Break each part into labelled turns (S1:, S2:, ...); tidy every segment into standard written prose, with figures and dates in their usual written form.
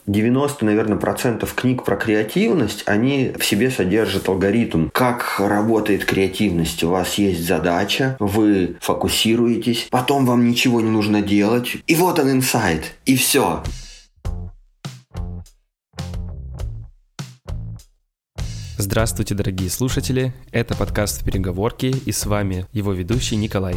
S1: 90, наверное, процентов книг про креативность, они в себе содержат алгоритм. Как работает креативность? У вас есть задача, вы фокусируетесь, потом вам ничего не нужно делать, и вот он инсайт, и все.
S2: Здравствуйте, дорогие слушатели, это подкаст «Переговорки», и с вами его ведущий Николай.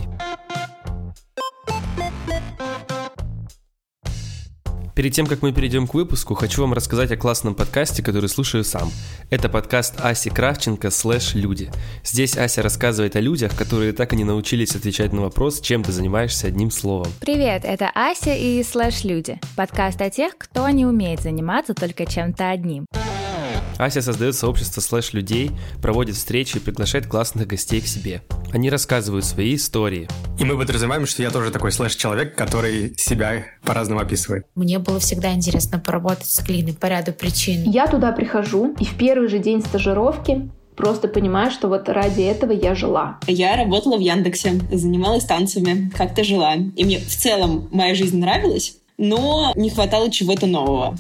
S2: Перед тем, как мы перейдем к выпуску, хочу вам рассказать о классном подкасте, который слушаю сам. Это подкаст Аси Кравченко /Люди. Здесь Ася рассказывает о людях, которые так и не научились отвечать на вопрос, чем ты занимаешься одним словом.
S3: Привет, это Ася и /Люди. Подкаст о тех, кто не умеет заниматься только чем-то одним.
S2: Ася создает сообщество /людей, проводит встречи и приглашает классных гостей к себе. Они рассказывают свои истории.
S4: И мы подразумеваем, что я тоже такой /человек, который себя по-разному описывает.
S5: Мне было всегда интересно поработать с глиной по ряду причин.
S6: Я туда прихожу, и в первый же день стажировки просто понимаю, что вот ради этого я жила.
S7: Я работала в Яндексе, занималась танцами, как-то жила. И мне в целом моя жизнь нравилась, но не хватало чего-то нового.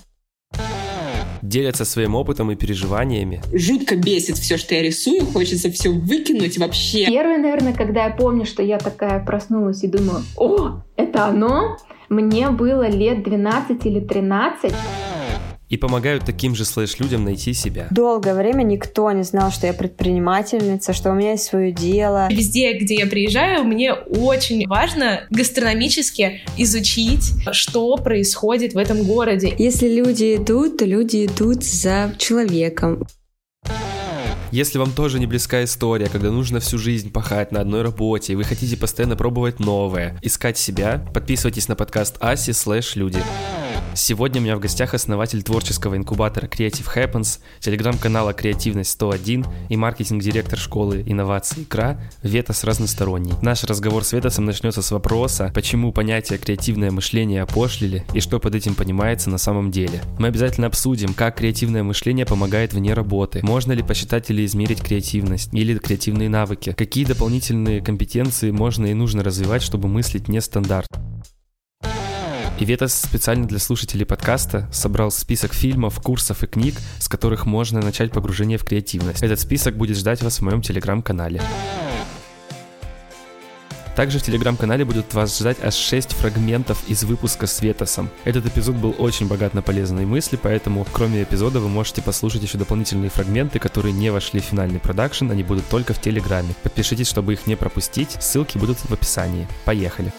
S2: Делятся своим опытом и переживаниями.
S7: Жутко бесит все, что я рисую, хочется все выкинуть вообще.
S6: Первое, наверное, когда я помню, что я такая проснулась и думаю, о, это оно, мне было лет 12 или 13.
S2: И помогают таким же /людям найти себя.
S8: Долгое время никто не знал, что я предпринимательница, что у меня есть свое дело.
S9: Везде, где я приезжаю, мне очень важно гастрономически изучить, что происходит в этом городе.
S8: Если люди идут, то люди идут за человеком.
S2: Если вам тоже не близка история, когда нужно всю жизнь пахать на одной работе, и вы хотите постоянно пробовать новое, искать себя, подписывайтесь на подкаст Аси /Люди. Сегодня у меня в гостях основатель творческого инкубатора Creative Happens, телеграм-канала Креативность 101 и маркетинг-директор школы инноваций ИКРА Ветас Разносторонний. Наш разговор с Ветасом начнется с вопроса, почему понятие креативное мышление опошлили и что под этим понимается на самом деле. Мы обязательно обсудим, как креативное мышление помогает вне работы, можно ли посчитать или измерить креативность или креативные навыки, какие дополнительные компетенции можно и нужно развивать, чтобы мыслить нестандартно. И Ветас специально для слушателей подкаста собрал список фильмов, курсов и книг, с которых можно начать погружение в креативность. Этот список будет ждать вас в моем телеграм-канале. Также в телеграм-канале будут вас ждать аж 6 фрагментов из выпуска с Ветасом. Этот эпизод был очень богат на полезные мысли, поэтому кроме эпизода вы можете послушать еще дополнительные фрагменты, которые не вошли в финальный продакшн, они будут только в телеграме. Подпишитесь, чтобы их не пропустить, ссылки будут в описании. Поехали!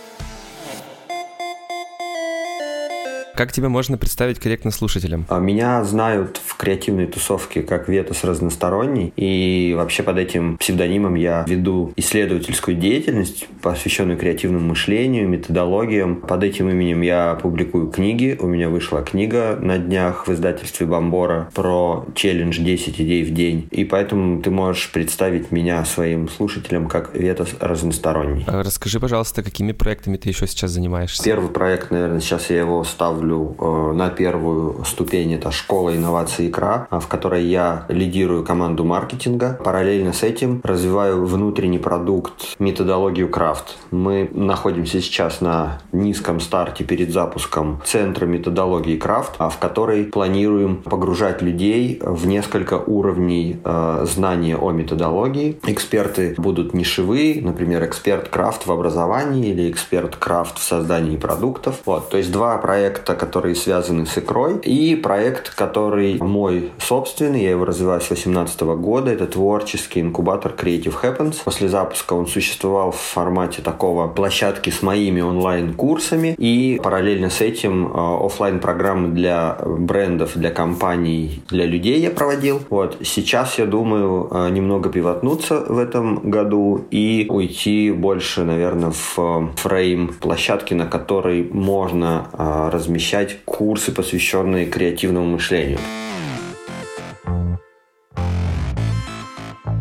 S2: Как тебя можно представить корректно слушателям?
S1: Меня знают в креативной тусовке как Ветас Разносторонний, и вообще под этим псевдонимом я веду исследовательскую деятельность, посвященную креативному мышлению, методологиям. Под этим именем я публикую книги. У меня вышла книга на днях в издательстве Бомбора про челлендж 10 идей в день, и поэтому ты можешь представить меня своим слушателям как Ветас Разносторонний.
S2: Расскажи, пожалуйста, какими проектами ты еще сейчас занимаешься?
S1: Первый проект, наверное, сейчас я его ставлю на первую ступень, это школа инноваций ИКРА, в которой я лидирую команду маркетинга. Параллельно с этим развиваю внутренний продукт, методологию Крафт. Мы находимся сейчас на низком старте перед запуском центра методологии Крафт, в которой планируем погружать людей в несколько уровней знания о методологии. Эксперты будут нишевые, например, эксперт Крафт в образовании или эксперт Крафт в создании продуктов. То есть два проекта, которые связаны с икрой, и проект, который мой собственный, я его развиваю с 2018 года, это творческий инкубатор Creative Happens. После запуска он существовал в формате такого площадки с моими онлайн-курсами, и параллельно с этим офлайн-программы для брендов, для компаний, для людей я проводил. Сейчас я думаю немного пивотнуться в этом году и уйти больше, наверное, в фрейм площадки, на которой можно размещать курсы, посвященные креативному мышлению.
S2: Хочу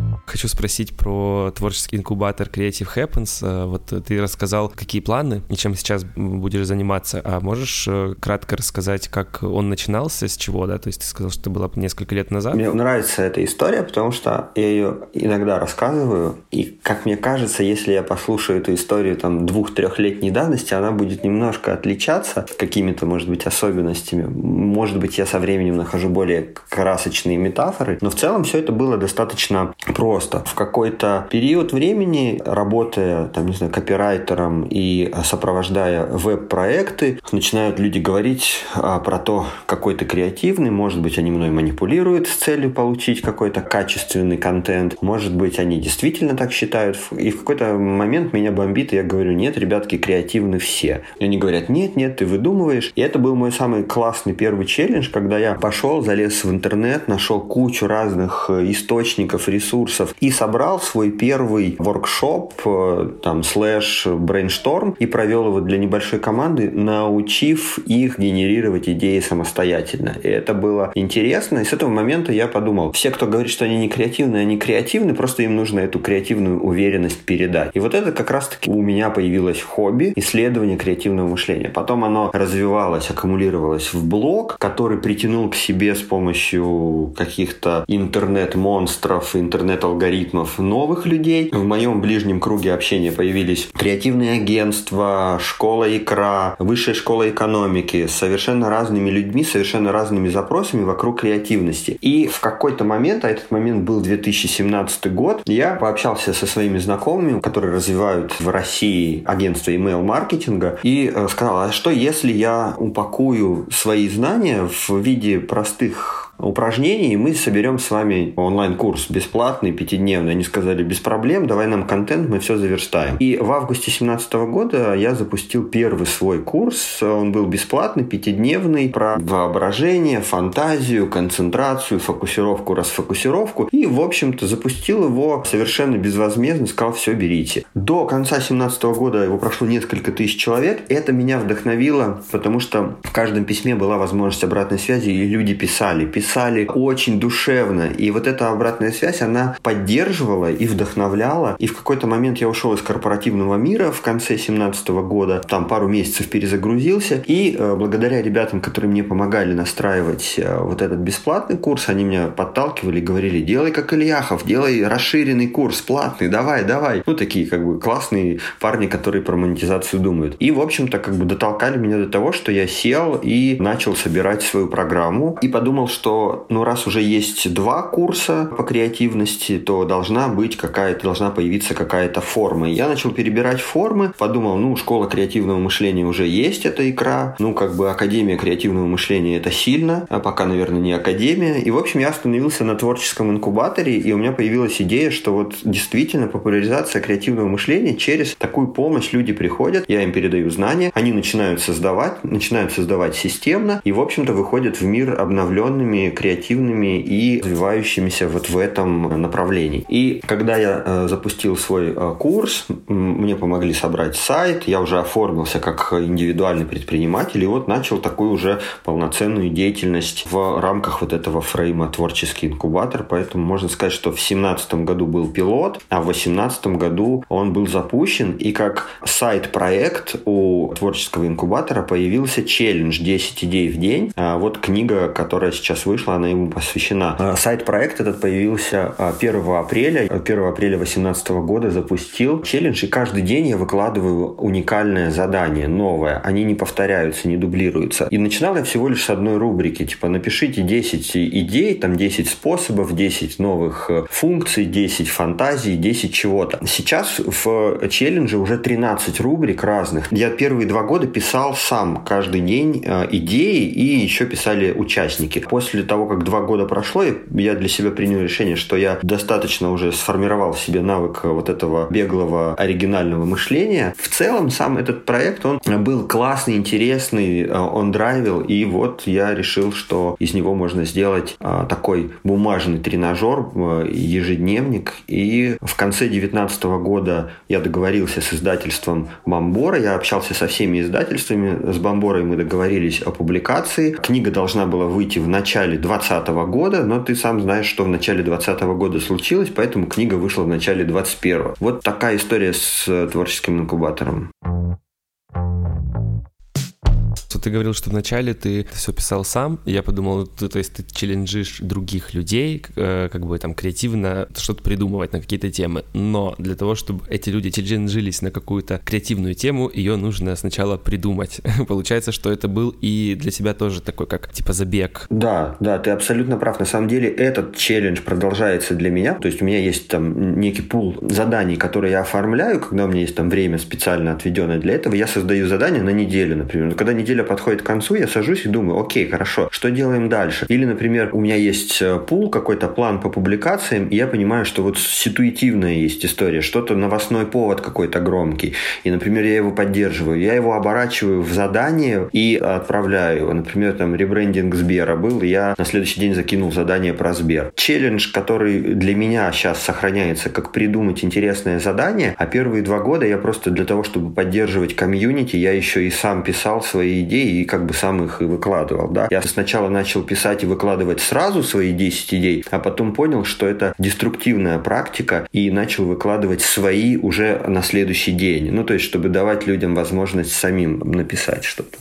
S2: хочу спросить про творческий инкубатор Creative Happens. Вот ты рассказал, какие планы и чем сейчас будешь заниматься. А можешь кратко рассказать, как он начинался, с чего, да? То есть ты сказал, что это было несколько лет назад.
S1: Мне нравится эта история, потому что я ее иногда рассказываю, и, как мне кажется, если я послушаю эту историю 2-3-летней давности, она будет немножко отличаться какими-то, может быть, особенностями. Может быть, я со временем нахожу более красочные метафоры, но в целом все это было достаточно просто. В какой-то период времени, работая, копирайтером и сопровождая веб-проекты, начинают люди говорить про то, какой ты креативный, может быть, они мной манипулируют с целью получить какой-то качественный контент, может быть, они действительно так считают, и в какой-то момент меня бомбит, и я говорю: нет, ребятки, креативны все. И они говорят: нет, ты выдумываешь. И это был мой самый классный первый челлендж, когда я пошел, залез в интернет, нашел кучу разных источников, ресурсов и собрал свой первый воркшоп, /брейншторм, и провел его для небольшой команды, научив их генерировать идеи самостоятельно. И это было интересно. И с этого момента я подумал: все, кто говорит, что они не креативны, они креативны, просто им нужно эту креативную уверенность передать. И вот это как раз-таки у меня появилось хобби — исследование креативного мышления. Потом оно развивалось, аккумулировалось в блог, который притянул к себе с помощью каких-то интернет-монстров, интернет-алгоритмов новых людей. В моем ближнем круге общения появились креативные агентства, школа икра, высшая школа экономики с совершенно разными людьми, совершенно разными запросами вокруг креативности. И в какой-то момент, а этот момент был 2017 год, я пообщался со своими знакомыми, которые развивают в России агентство email-маркетинга, и сказал: а что если я упакую свои знания в виде простых упражнений, и мы соберем с вами онлайн-курс бесплатный, 5-дневный. Они сказали: без проблем, давай нам контент, мы все заверстаем. И в августе 2017 года я запустил первый свой курс. Он был бесплатный, 5-дневный, про воображение, фантазию, концентрацию, фокусировку, расфокусировку. И, в общем-то, запустил его совершенно безвозмездно, сказал: все, берите. До конца 2017 года его прошло несколько тысяч человек. Это меня вдохновило, потому что в каждом письме была возможность обратной связи, и люди писали очень душевно. И вот эта обратная связь, она поддерживала и вдохновляла. И в какой-то момент я ушел из корпоративного мира в конце 2017 года, пару месяцев перезагрузился, и благодаря ребятам, которые мне помогали настраивать вот этот бесплатный курс, они меня подталкивали и говорили: делай как Ильяхов, делай расширенный курс, платный, давай. Такие классные парни, которые про монетизацию думают. И, в общем-то, дотолкали меня до того, что я сел и начал собирать свою программу, и подумал, что раз уже есть 2 курса по креативности, то должна появиться какая-то форма. И я начал перебирать формы, подумал: школа креативного мышления уже есть, это икра, академия креативного мышления — это сильно, а пока, наверное, не академия. И, в общем, я остановился на творческом инкубаторе, и у меня появилась идея, что действительно популяризация креативного мышления, через такую помощь люди приходят, я им передаю знания, они начинают создавать системно, и, в общем-то, выходят в мир обновленными, креативными и развивающимися в этом направлении. И когда я запустил свой курс, мне помогли собрать сайт, я уже оформился как индивидуальный предприниматель, и начал такую уже полноценную деятельность в рамках этого фрейма «Творческий инкубатор». Поэтому можно сказать, что в 2017 году был пилот, а в 2018 году он был запущен, и как сайт-проект у творческого инкубатора появился челлендж 10 идей в день. Книга, которая сейчас вышла, она ему посвящена. Сайт-проект этот появился 1 апреля. 1 апреля 2018 года запустил челлендж, и каждый день я выкладываю уникальное задание, новое. Они не повторяются, не дублируются. И начинал я всего лишь с одной рубрики, напишите 10 идей, 10 способов, 10 новых функций, 10 фантазий, 10 чего-то. Сейчас в челлендже уже 13 рубрик разных. Я первые 2 года писал сам каждый день идеи, и еще писали участники. После того, как 2 года прошло, я для себя принял решение, что я достаточно уже сформировал в себе навык этого беглого оригинального мышления. В целом, сам этот проект, он был классный, интересный, он драйвил, и я решил, что из него можно сделать такой бумажный тренажер, ежедневник. И в конце 2019 года я договорился с издательством Бомбора, я общался со всеми издательствами, с Бомборой мы договорились о публикации. Книга должна была выйти в начале начале 2020 года, но ты сам знаешь, что в начале 2020 года случилось, поэтому книга вышла в начале 2021. Вот такая история с творческим инкубатором.
S2: Ты говорил, что вначале ты все писал сам, и я подумал, то есть ты челленджишь других людей, как бы там креативно что-то придумывать на какие-то темы, но для того, чтобы эти люди челленжились на какую-то креативную тему, ее нужно сначала придумать. Получается, что это был и для тебя тоже такой, как типа забег.
S1: Да, ты абсолютно прав. На самом деле этот челлендж продолжается для меня, то есть у меня есть там некий пул заданий, которые я оформляю, когда у меня есть там время специально отведенное для этого, я создаю задание на неделю, например. Но когда неделя подходит к концу, я сажусь и думаю, окей, хорошо, что делаем дальше? Или, например, у меня есть пул, какой-то план по публикациям, и я понимаю, что вот ситуативная есть история, что-то новостной повод какой-то громкий, и, например, я его поддерживаю, я его оборачиваю в задание и отправляю. Например, там ребрендинг Сбера был, и я на следующий день закинул задание про Сбер. Челлендж, который для меня сейчас сохраняется, как придумать интересное задание, а первые 2 года я просто для того, чтобы поддерживать комьюнити, я еще и сам писал свои идеи и как бы сам их и выкладывал, да. Я сначала начал писать и выкладывать сразу свои 10 идей, а потом понял, что это деструктивная практика, и начал выкладывать свои уже на следующий день. Ну, то есть, чтобы давать людям возможность самим написать что-то.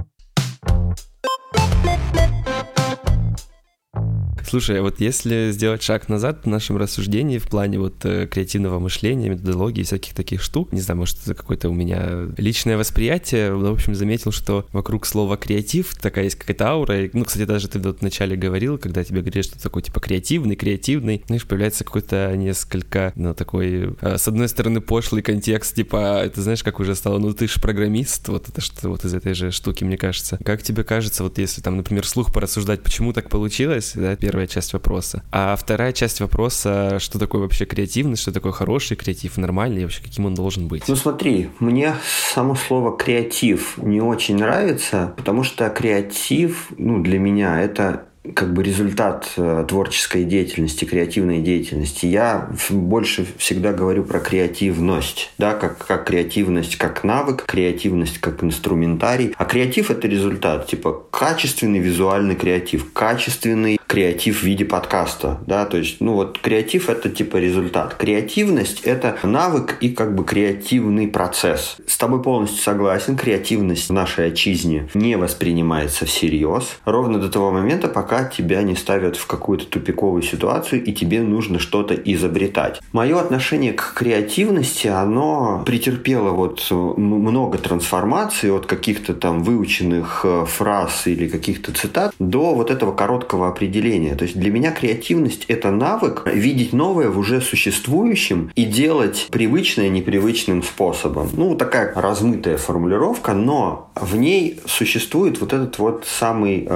S2: Слушай, вот если сделать шаг назад в нашем рассуждении в плане вот креативного мышления, методологии и всяких таких штук, не знаю, может, это какое-то у меня личное восприятие, но, в общем, заметил, что вокруг слова «креатив» такая есть какая-то аура. Ну, кстати, даже ты вот вначале говорил, когда тебе говорят, что такое, типа, креативный, знаешь, появляется какой-то несколько, ну, такой, с одной стороны, пошлый контекст, типа, это, знаешь, как уже стало, ну, ты же программист, вот это что-то вот из этой же штуки, мне кажется. Как тебе кажется, вот если там, например, вслух порассуждать, почему так получилось, да, первая часть вопроса. А вторая часть вопроса, что такое вообще креативность, что такое хороший креатив, нормальный, и вообще каким он должен быть?
S1: Ну смотри, мне само слово креатив не очень нравится, потому что креатив, ну, для меня это как бы результат творческой деятельности, креативной деятельности. Я больше всегда говорю про креативность, да, как креативность как навык, креативность как инструментарий. А креатив — это результат, типа качественный визуальный креатив, качественный креатив в виде подкаста, да, то есть, ну вот креатив — это типа результат. Креативность — это навык и как бы креативный процесс. С тобой полностью согласен, креативность в нашей отчизне не воспринимается всерьез, ровно до того момента, пока тебя не ставят в какую-то тупиковую ситуацию, и тебе нужно что-то изобретать. Мое отношение к креативности, оно претерпело вот много трансформаций от каких-то там выученных фраз или каких-то цитат до вот этого короткого определения. То есть для меня креативность — это навык видеть новое в уже существующем и делать привычное непривычным способом. Ну, такая размытая формулировка, но в ней существует вот этот вот самый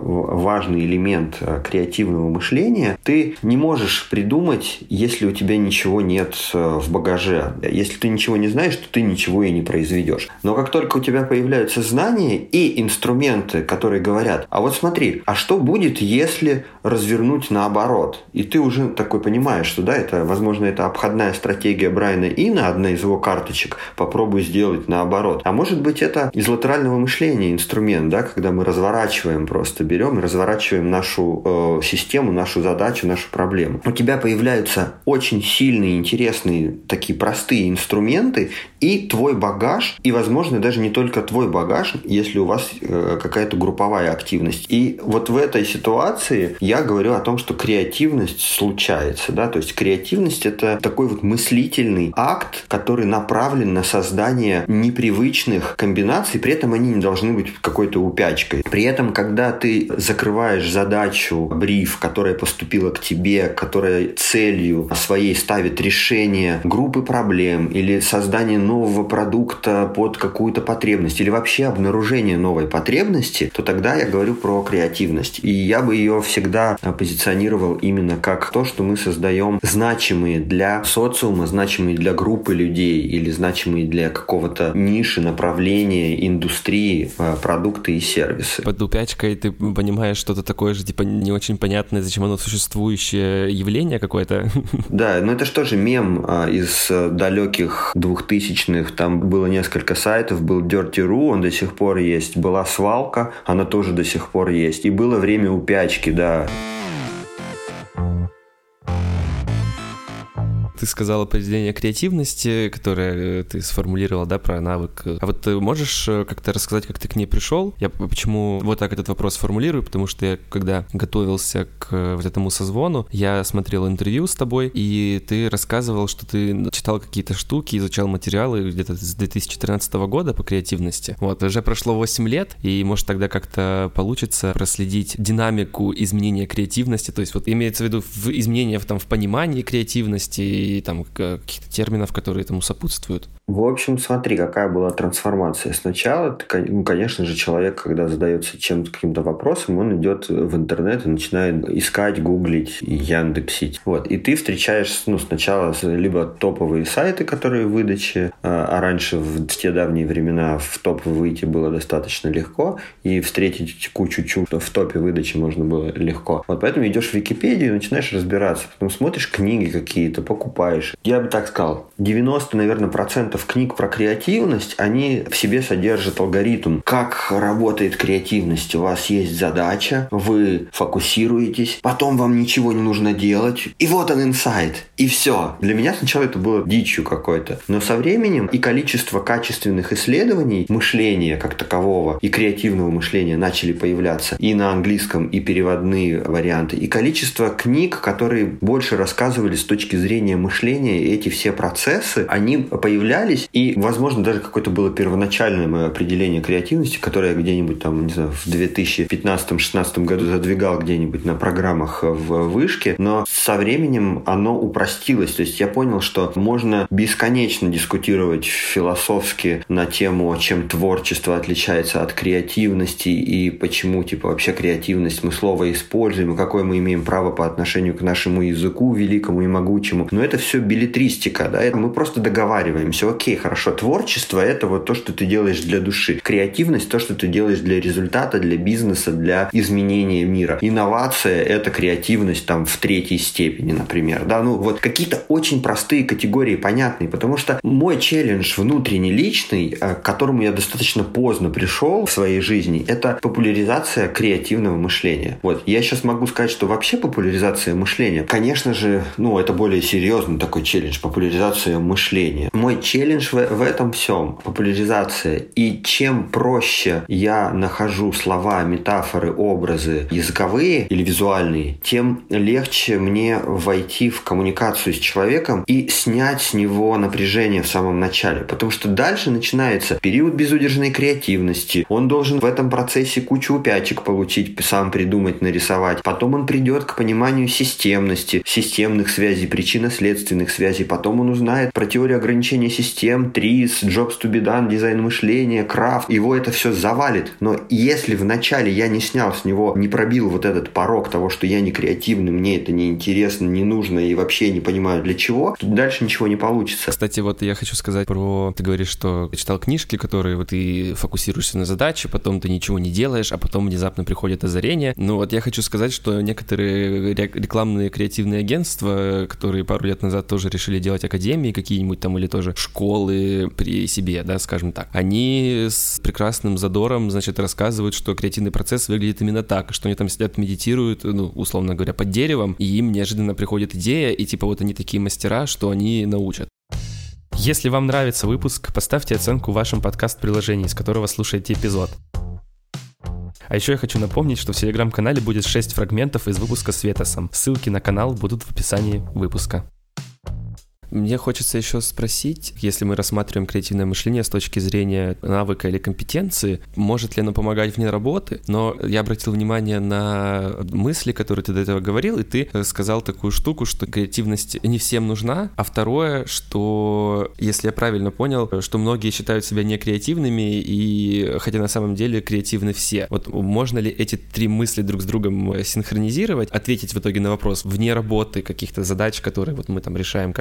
S1: важный элемент креативного мышления. Ты не можешь придумать, если у тебя ничего нет в багаже. Если ты ничего не знаешь, то ты ничего и не произведешь. Но как только у тебя появляются знания и инструменты, которые говорят, а вот смотри, а что будет, если развернуть наоборот? И ты уже такой понимаешь, что да, это, возможно, это обходная стратегия Брайана Ина, одна из его карточек, попробуй сделать наоборот. А может быть, это из латерального мышления инструмент, да, когда мы разворачиваем, просто берем и разворачиваем нашу систему, нашу задачу, нашу проблему. У тебя появляются очень сильные, интересные, такие простые инструменты и твой багаж, и, возможно, даже не только твой багаж, если у вас какая-то групповая активность. И вот в этой ситуации я говорю о том, что креативность случается, да, то есть креативность — это такой вот мыслительный акт, который направлен на создание непривычных комбинаций, при этом они не должны быть какой-то упячкой. При этом, когда ты закрываешь задачу, бриф, которая поступила к тебе, которая целью своей ставит решение группы проблем или создание нового продукта под какую-то потребность или вообще обнаружение новой потребности, то тогда я говорю про креативность. И я бы ее всегда позиционировал именно как то, что мы создаем значимые для социума, значимые для группы людей или значимые для какого-то ниши, направления, индустрии, продукты и сервисы.
S2: Под упячкой ты понимаешь что-то такое же, типа не очень понятное, зачем оно существующее явление какое-то.
S1: Да, но это же тоже мем из далеких 2000-х. Там было несколько сайтов. Был Dirty.ru, он до сих пор есть. Была свалка, она тоже до сих пор есть. И было время упячки, да. Да.
S2: Ты сказал определение креативности, которое ты сформулировал, да, про навык. А вот ты можешь как-то рассказать, как ты к ней пришел? Я почему вот так этот вопрос формулирую, потому что я, когда готовился к вот этому созвону, я смотрел интервью с тобой, и ты рассказывал, что ты читал какие-то штуки, изучал материалы где-то с 2013 года по креативности. Вот, уже прошло 8 лет, и, может, тогда как-то получится проследить динамику изменения креативности, то есть вот имеется в виду изменения в понимании креативности и там каких-то терминов, которые этому сопутствуют.
S1: В общем, смотри, какая была трансформация. Сначала, конечно же, человек, когда задается каким-то вопросом, он идет в интернет и начинает искать, гуглить, яндексить. Вот. И ты встречаешь сначала либо топовые сайты, которые в выдаче, а раньше в те давние времена в топ выйти было достаточно легко, и встретить кучу в топе выдачи можно было легко. Вот поэтому идешь в Википедию и начинаешь разбираться. Потом смотришь книги какие-то, покупаешь. Я бы так сказал, 90, наверное, процентов книг про креативность, они в себе содержат алгоритм. Как работает креативность? У вас есть задача, вы фокусируетесь, потом вам ничего не нужно делать, и вот он инсайт, и все. Для меня сначала это было дичью какой-то. Но со временем и количество качественных исследований мышления как такового и креативного мышления начали появляться и на английском, и переводные варианты, и количество книг, которые больше рассказывали с точки зрения мышления, эти все процессы, они появлялись, и, возможно, даже какое-то было первоначальное мое определение креативности, которое я где-нибудь там, не знаю, в 2015-16 году задвигал где-нибудь на программах в вышке, но со временем оно упростилось. То есть я понял, что можно бесконечно дискутировать философски на тему, чем творчество отличается от креативности и почему, вообще креативность мы слово используем, и какое мы имеем право по отношению к нашему языку великому и могучему. Но это все беллетристика, да, мы просто договариваемся. Окей, хорошо, творчество — это вот то, что ты делаешь для души. Креативность — то, что ты делаешь для результата, для бизнеса, для изменения мира. Инновация — это креативность в 3-й степени, например. Да, вот какие-то очень простые категории понятные, потому что мой челлендж внутренний, личный, к которому я достаточно поздно пришел в своей жизни, это популяризация креативного мышления. Вот, я сейчас могу сказать, что вообще популяризация мышления, конечно же, это более серьезный такой челлендж, популяризация мышления. Мой челлендж в этом всем — популяризация. И чем проще я нахожу слова, метафоры, образы языковые или визуальные, тем легче мне войти в коммуникацию с человеком и снять с него напряжение в самом начале. Потому что дальше начинается период безудержной креативности. Он должен в этом процессе кучу упячек получить, сам придумать, нарисовать. Потом он придет к пониманию системности, системных связей, причинно-следственных связей. Потом он узнает про теорию ограничения систем, TRIZ, Jobs to be done, дизайн мышления, крафт. Его это все завалит. Но если вначале я не снял с него, не пробил вот этот порог того, что я не креативный, мне это не интересно, не нужно и вообще не понимаю для чего, то дальше ничего не получится.
S2: Кстати, вот я хочу сказать про... Ты говоришь, что ты читал книжки, которые вот ты фокусируешься на задаче, потом ты ничего не делаешь, а потом внезапно приходит озарение. Ну вот я хочу сказать, что некоторые рекламные креативные агентства, которые пару лет назад тоже решили делать академии какие-нибудь там или тоже школы при себе, да, скажем так, они с прекрасным задором, значит, рассказывают, что креативный процесс выглядит именно так, что они там сидят, медитируют, условно говоря, под деревом, и им неожиданно приходит идея, и типа вот они такие мастера, что они научат. Если вам нравится выпуск, поставьте оценку в вашем подкаст-приложении, с которого слушаете эпизод. А еще я хочу напомнить, что в Телеграм-канале будет 6 фрагментов из выпуска с Ветосом. Ссылки на канал будут в описании выпуска. Мне хочется еще спросить, если мы рассматриваем креативное мышление с точки зрения навыка или компетенции, может ли оно помогать вне работы? Но я обратил внимание на мысли, которые ты до этого говорил, и ты сказал такую штуку, что креативность не всем нужна, а второе, что, если я правильно понял, что многие считают себя некреативными, и хотя на самом деле креативны все. Вот можно ли эти три мысли друг с другом синхронизировать, ответить в итоге на вопрос вне работы каких-то задач, которые вот мы там решаем каждый день, например,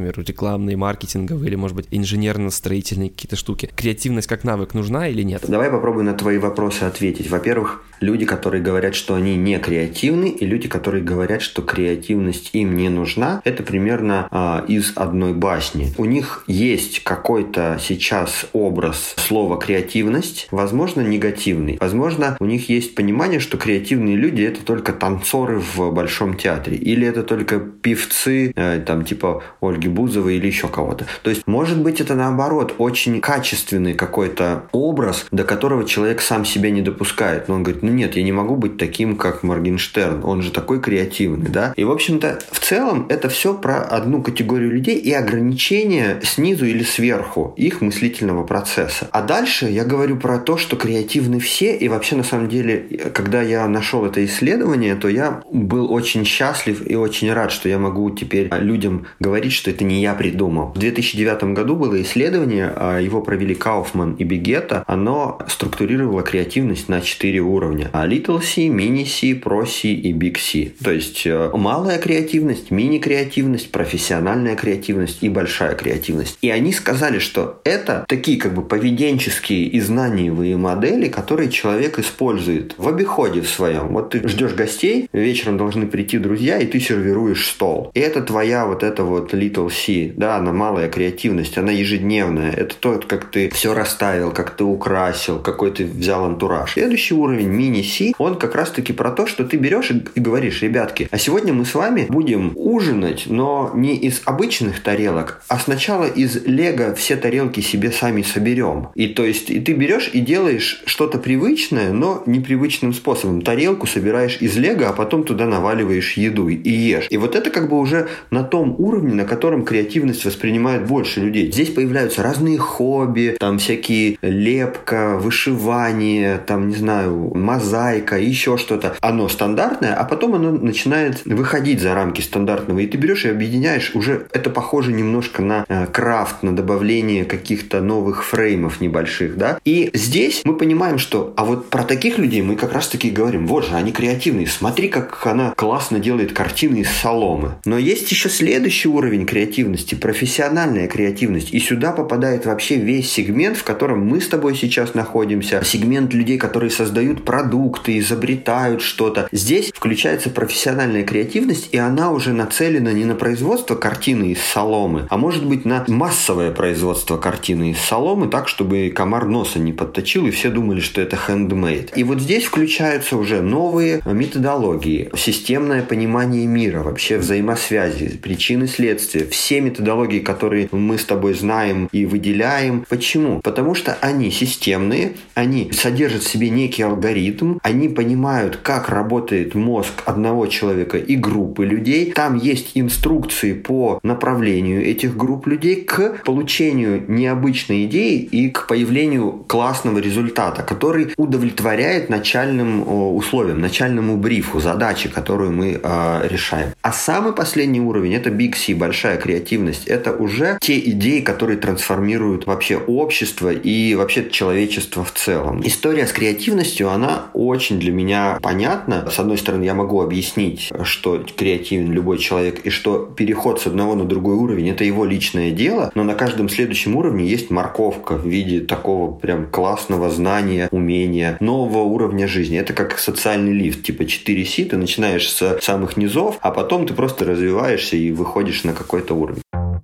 S2: например, рекламные, маркетинговые или, может быть, инженерно-строительные какие-то штуки. Креативность как навык нужна или нет?
S1: Давай попробую на твои вопросы ответить. Во-первых, люди, которые говорят, что они не креативны, и люди, которые говорят, что креативность им не нужна, это примерно из одной басни. У них есть какой-то сейчас образ слова креативность, возможно, негативный. Возможно, у них есть понимание, что креативные люди — это только танцоры в Большом театре, или это только певцы, там, типа Ольги Бузовой или еще кого-то. То есть, может быть, это наоборот, очень качественный какой-то образ, до которого человек сам себя не допускает. Но он говорит, нет, я не могу быть таким, как Моргенштерн, он же такой креативный, да? И, в общем-то, в целом, это все про одну категорию людей и ограничения снизу или сверху их мыслительного процесса. А дальше я говорю про то, что креативны все, и вообще, на самом деле, когда я нашел это исследование, то я был очень счастлив и очень рад, что я могу теперь людям говорить, что это не я придумал. В 2009 году было исследование, его провели Кауфман и Бигетта, оно структурировало креативность на 4 уровня. Little C, Mini C, Pro C и Big C. То есть малая креативность, мини-креативность, профессиональная креативность и большая креативность. И они сказали, что это такие как бы поведенческие и знаниевые модели, которые человек использует в обиходе в своем. Вот ты ждешь гостей, вечером должны прийти друзья, и ты сервируешь стол. И это твоя вот эта вот Little C, да, она малая креативность, она ежедневная. Это то, как ты все расставил, как ты украсил, какой ты взял антураж. Следующий уровень, мини-C, он как раз-таки про то, что ты берешь и говоришь, ребятки, а сегодня мы с вами будем ужинать, но не из обычных тарелок, а сначала из лего все тарелки себе сами соберем. И то есть и ты берешь и делаешь что-то привычное, но непривычным способом. Тарелку собираешь из лего, а потом туда наваливаешь еду и ешь. И вот это как бы уже на том уровне, на котором креативность воспринимает больше людей. Здесь появляются разные хобби, там всякие лепка, вышивание, там, не знаю, мозаика, еще что-то. Оно стандартное, а потом оно начинает выходить за рамки стандартного. И ты берешь и объединяешь, уже это похоже немножко на крафт, на добавление каких-то новых фреймов небольших, да. И здесь мы понимаем, что, а вот про таких людей мы как раз-таки говорим, вот же, они креативные, смотри, как она классно делает картины из соломы. Но есть еще следующий уровень креативности, профессиональная креативность. И сюда попадает вообще весь сегмент, в котором мы с тобой сейчас находимся. Сегмент людей, которые создают продукты, изобретают что-то. Здесь включается профессиональная креативность, и она уже нацелена не на производство картины из соломы, а может быть на массовое производство картины из соломы, так, чтобы комар носа не подточил, и все думали, что это handmade. И вот здесь включаются уже новые методологии, системное понимание мира, вообще взаимосвязи, причины, следствия, все методологии, которые мы с тобой знаем и выделяем. Почему? Потому что они системные, они содержат в себе некий алгоритм, они понимают, как работает мозг одного человека и группы людей. Там есть инструкции по направлению этих групп людей к получению необычной идеи и к появлению классного результата, который удовлетворяет начальным условиям, начальному брифу, задаче, которую мы решаем. А самый последний уровень — это Big C, большая креативность. Это уже те идеи, которые трансформируют вообще общество и вообще человечество в целом. История с креативностью, она очень для меня понятна. С одной стороны, я могу объяснить, что креативен любой человек и что переход с одного на другой уровень — это его личное дело, но на каждом следующем уровне есть морковка в виде такого прям классного знания, умения, нового уровня жизни. Это как социальный лифт, типа 4C, ты начинаешь с самых низов, а потом ты просто развиваешься и выходишь на какой-то уровень.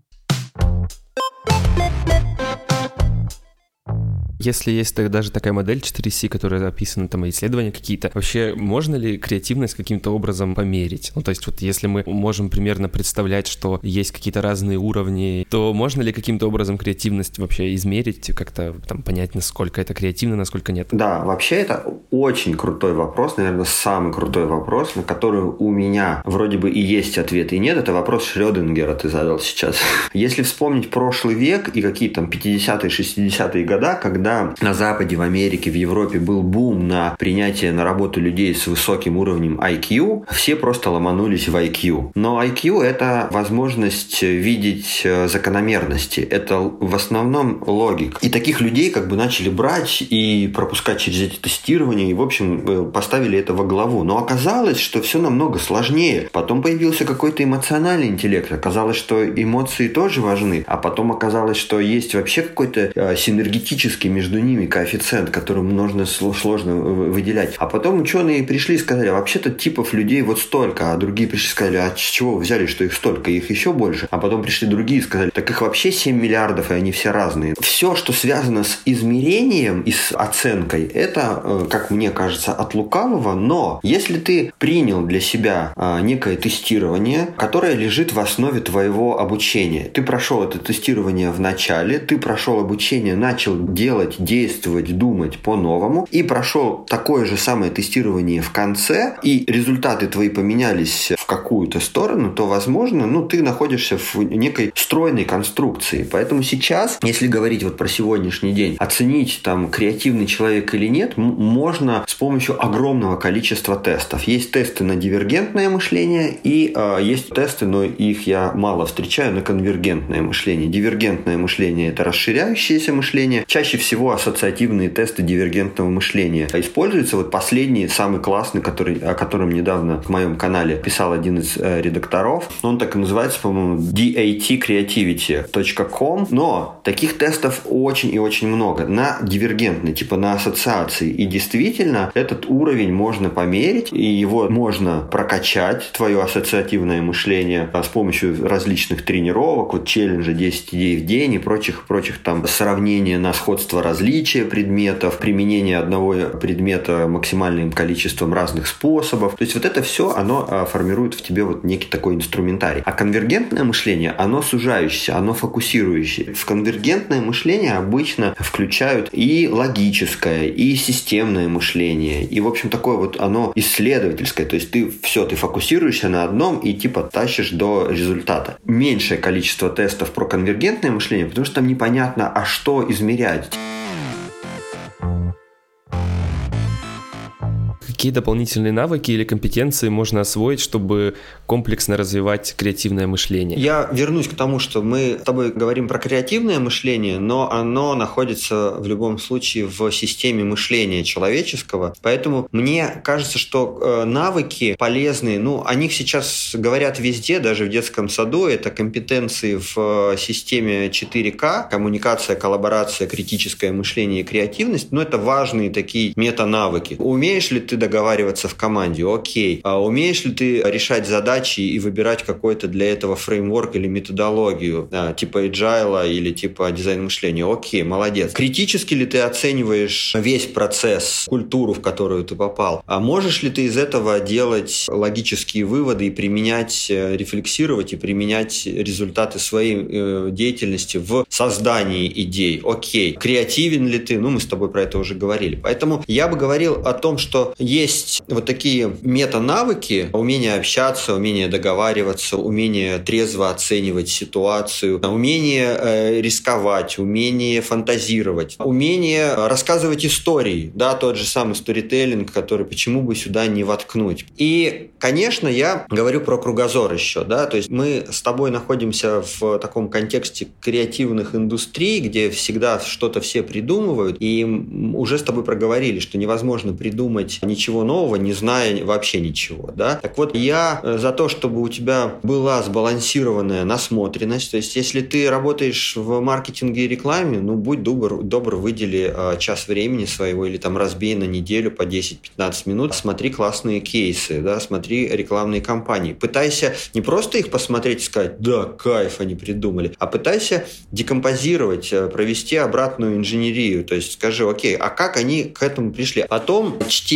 S2: Если есть даже такая модель 4C, которая описана, там, исследования какие-то, вообще можно ли креативность каким-то образом померить? Ну, то есть вот если мы можем примерно представлять, что есть какие-то разные уровни, то можно ли каким-то образом креативность вообще измерить, как-то там понять, насколько это креативно, насколько нет?
S1: Да, вообще это очень крутой вопрос, наверное, самый крутой вопрос, на который у меня вроде бы и есть ответ, и нет. Это вопрос Шрёдингера ты задал сейчас. Если вспомнить прошлый век и какие-то там 50-е, 60-е годы, когда когда на Западе, в Америке, в Европе был бум на принятие на работу людей с высоким уровнем IQ, все просто ломанулись в IQ. Но IQ — это возможность видеть закономерности. Это в основном логика. И таких людей как бы начали брать и пропускать через эти тестирования, и, в общем, поставили это во главу. Но оказалось, что все намного сложнее. Потом появился какой-то эмоциональный интеллект. Оказалось, что эмоции тоже важны. А потом оказалось, что есть вообще какой-то синергетический между ними коэффициент, который нужно сложно выделять. А потом ученые пришли и сказали, вообще-то типов людей вот столько. А другие пришли и сказали, а с чего вы взяли, что их столько? Их еще больше. А потом пришли другие и сказали, так их вообще 7 миллиардов, и они все разные. Все, что связано с измерением и с оценкой, это, как мне кажется, от лукавого. Но если ты принял для себя некое тестирование, которое лежит в основе твоего обучения, ты прошел это тестирование в начале, ты прошел обучение, начал делать, действовать, думать по-новому, и прошел такое же самое тестирование в конце, и результаты твои поменялись в какую-то сторону, то, возможно, ты находишься в некой стройной конструкции. Поэтому сейчас, если говорить вот про сегодняшний день, оценить там креативный человек или нет, можно с помощью огромного количества тестов. Есть тесты на дивергентное мышление и есть тесты, но их я мало встречаю, на конвергентное мышление. Дивергентное мышление — это расширяющееся мышление. Чаще всего ассоциативные тесты дивергентного мышления используются. Вот последний, самый классный, о котором недавно в моем канале писал один из редакторов. Он так и называется, по-моему, datcreativity.com. Но таких тестов очень и очень много. На дивергентные, типа на ассоциации. И действительно, этот уровень можно померить, и его можно прокачать, твое ассоциативное мышление, с помощью различных тренировок, вот челленджа 10 идей в день и прочих там сравнения на сходство различия предметов, применение одного предмета максимальным количеством разных способов. То есть вот это все, оно формирует в тебе вот некий такой инструментарий. А конвергентное мышление, оно сужающееся, оно фокусирующее. В конвергентное мышление обычно включают и логическое, и системное мышление. И, в общем, такое вот оно исследовательское. То есть ты фокусируешься на одном и типа тащишь до результата. Меньшее количество тестов про конвергентное мышление, потому что там непонятно, а что измерять.
S2: Какие дополнительные навыки или компетенции можно освоить, чтобы комплексно развивать креативное мышление?
S1: Я вернусь к тому, что мы с тобой говорим про креативное мышление, но оно находится в любом случае в системе мышления человеческого. Поэтому мне кажется, что навыки полезные, о них сейчас говорят везде, даже в детском саду. Это компетенции в системе 4К, коммуникация, коллаборация, критическое мышление и креативность. Это важные такие метанавыки. Умеешь ли ты договариваться в команде? Окей. А умеешь ли ты решать задачи и выбирать какой-то для этого фреймворк или методологию, типа agile или типа дизайн мышления? Окей, молодец. Критически ли ты оцениваешь весь процесс, культуру, в которую ты попал? А можешь ли ты из этого делать логические выводы и применять, рефлексировать и применять результаты своей деятельности в создании идей? Окей. Креативен ли ты? Мы с тобой про это уже говорили. Поэтому я бы говорил о том, что есть вот такие метанавыки: умение общаться, умение договариваться, умение трезво оценивать ситуацию, умение рисковать, умение фантазировать, умение рассказывать истории, тот же самый сторителлинг, который почему бы сюда не воткнуть. И, конечно, я говорю про кругозор еще, то есть мы с тобой находимся в таком контексте креативных индустрий, где всегда что-то все придумывают, и уже с тобой проговорили, что невозможно придумать ничего нового, не зная вообще ничего. Так вот, я за то, чтобы у тебя была сбалансированная насмотренность. То есть, если ты работаешь в маркетинге и рекламе, будь добр, выдели час времени своего или разбей на неделю по 10-15 минут, смотри классные кейсы, смотри рекламные кампании. Пытайся не просто их посмотреть и сказать, кайф, они придумали, а пытайся декомпозировать, провести обратную инженерию. То есть, скажи, окей, а как они к этому пришли? Потом чтение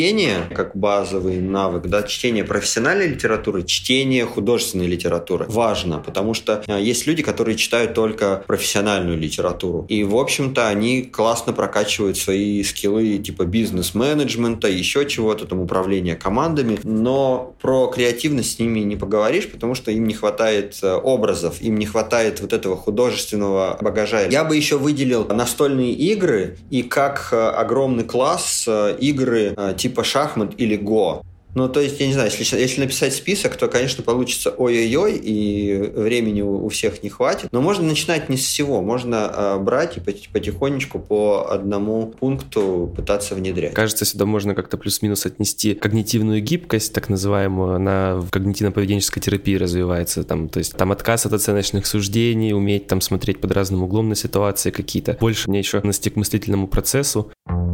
S1: как базовый навык, да, чтение профессиональной литературы, чтение художественной литературы. Важно, потому что есть люди, которые читают только профессиональную литературу. И, в общем-то, они классно прокачивают свои скиллы типа бизнес-менеджмента, еще чего-то, там, управления командами. Но про креативность с ними не поговоришь, потому что им не хватает образов, им не хватает вот этого художественного багажа. Я бы еще выделил настольные игры и как огромный класс игры типа шахмат или го. Ну, то есть, я не знаю, если написать список, то, конечно, получится ой-ой-ой, и времени у всех не хватит. Но можно начинать не с всего. Можно брать и потихонечку по одному пункту пытаться внедрять.
S2: Кажется, сюда можно как-то плюс-минус отнести когнитивную гибкость, так называемую. Она в когнитивно-поведенческой терапии развивается. То есть там отказ от оценочных суждений, уметь там смотреть под разным углом на ситуации какие-то. Больше мне еще настиг к мыслительному процессу.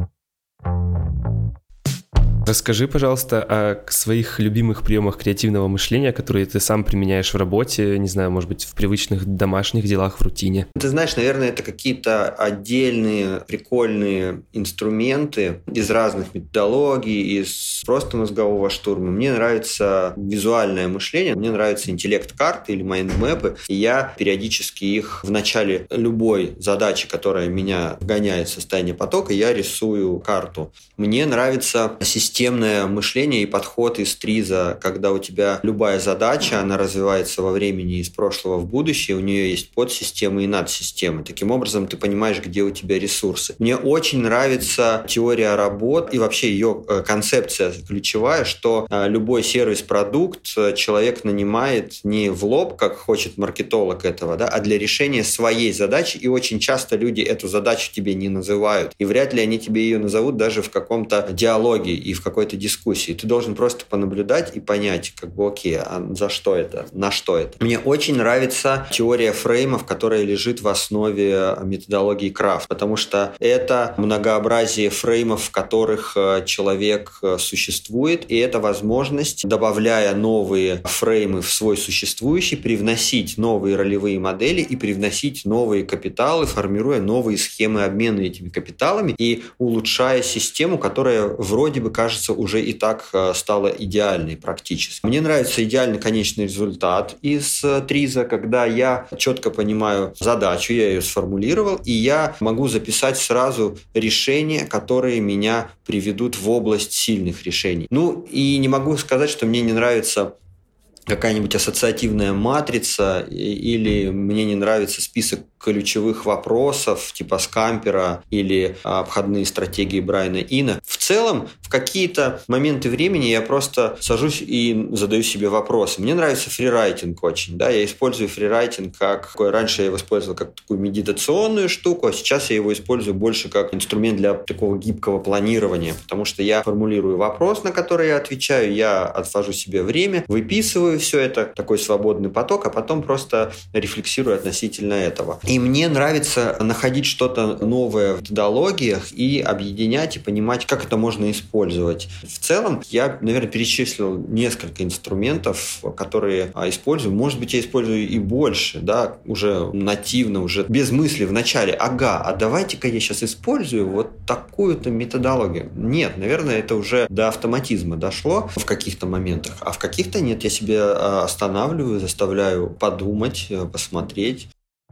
S2: Расскажи, пожалуйста, о своих любимых приемах креативного мышления, которые ты сам применяешь в работе, не знаю, может быть, в привычных домашних делах, в рутине.
S1: Ты знаешь, наверное, это какие-то отдельные прикольные инструменты из разных методологий, из просто мозгового штурма. Мне нравится визуальное мышление, мне нравится интеллект-карты или майндмэпы, и я периодически их в начале любой задачи, которая меня вгоняет в состояние потока, я рисую карту. Мне нравится системное мышление и подход из ТРИЗа, когда у тебя любая задача, она развивается во времени из прошлого в будущее, у нее есть подсистемы и надсистемы. Таким образом, ты понимаешь, где у тебя ресурсы. Мне очень нравится теория работ и вообще ее концепция ключевая, что любой сервис-продукт человек нанимает не в лоб, как хочет маркетолог этого, да, а для решения своей задачи, и очень часто люди эту задачу тебе не называют, и вряд ли они тебе ее назовут даже в каком-то диалоге и в какой-то дискуссии. Ты должен просто понаблюдать и понять, окей, а за что это, на что это. Мне очень нравится теория фреймов, которая лежит в основе методологии Крафт, потому что это многообразие фреймов, в которых человек существует, и это возможность, добавляя новые фреймы в свой существующий, привносить новые ролевые модели и привносить новые капиталы, формируя новые схемы обмена этими капиталами и улучшая систему, которая вроде бы кажется уже и так стала идеальной практически. Мне нравится идеальный конечный результат из ТРИЗа, когда я четко понимаю задачу, я ее сформулировал, и я могу записать сразу решения, которые меня приведут в область сильных решений. Ну и не могу сказать, что мне не нравится какая-нибудь ассоциативная матрица или мне не нравится список ключевых вопросов типа Скампера или обходные стратегии Брайана Ина. В целом, в какие-то моменты времени я просто сажусь и задаю себе вопросы. Мне нравится фрирайтинг очень. Да? Я использую фрирайтинг раньше я его использовал как такую медитационную штуку, а сейчас я его использую больше как инструмент для такого гибкого планирования, потому что я формулирую вопрос, на который я отвечаю, я отвожу себе время, выписываю все это, такой свободный поток, а потом просто рефлексирую относительно этого. И мне нравится находить что-то новое в методологиях и объединять и понимать, как это можно использовать. В целом, я, наверное, перечислил несколько инструментов, которые использую. Может быть, я использую и больше, да, уже нативно, уже без мысли в начале. А давайте-ка я сейчас использую вот такую-то методологию. Нет, наверное, это уже до автоматизма дошло в каких-то моментах, а в каких-то нет. Я себе останавливаю, заставляю подумать, посмотреть.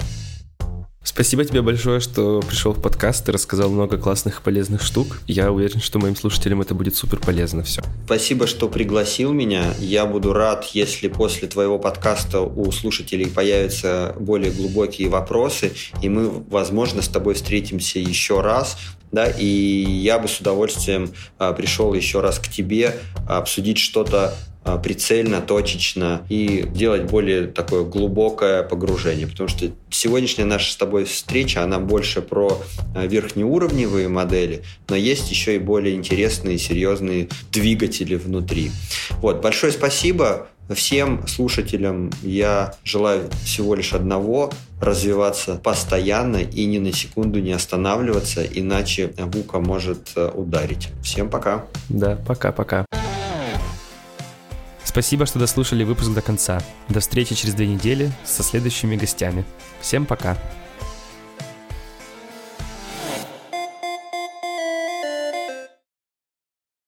S2: Спасибо тебе большое, что пришел в подкаст и рассказал много классных и полезных штук. Я уверен, что моим слушателям это будет супер полезно все.
S1: Спасибо, что пригласил меня. Я буду рад, если после твоего подкаста у слушателей появятся более глубокие вопросы, и мы, возможно, с тобой встретимся еще раз. Да, и я бы с удовольствием пришел еще раз к тебе обсудить что-то прицельно, точечно и делать более такое глубокое погружение. Потому что сегодняшняя наша с тобой встреча, она больше про верхнеуровневые модели, но есть еще и более интересные, серьезные двигатели внутри. Вот, большое спасибо. Всем слушателям я желаю всего лишь одного – развиваться постоянно и ни на секунду не останавливаться, иначе ВУКА может ударить. Всем пока.
S2: Да, пока-пока. Спасибо, что дослушали выпуск до конца. До встречи через 2 недели со следующими гостями. Всем пока.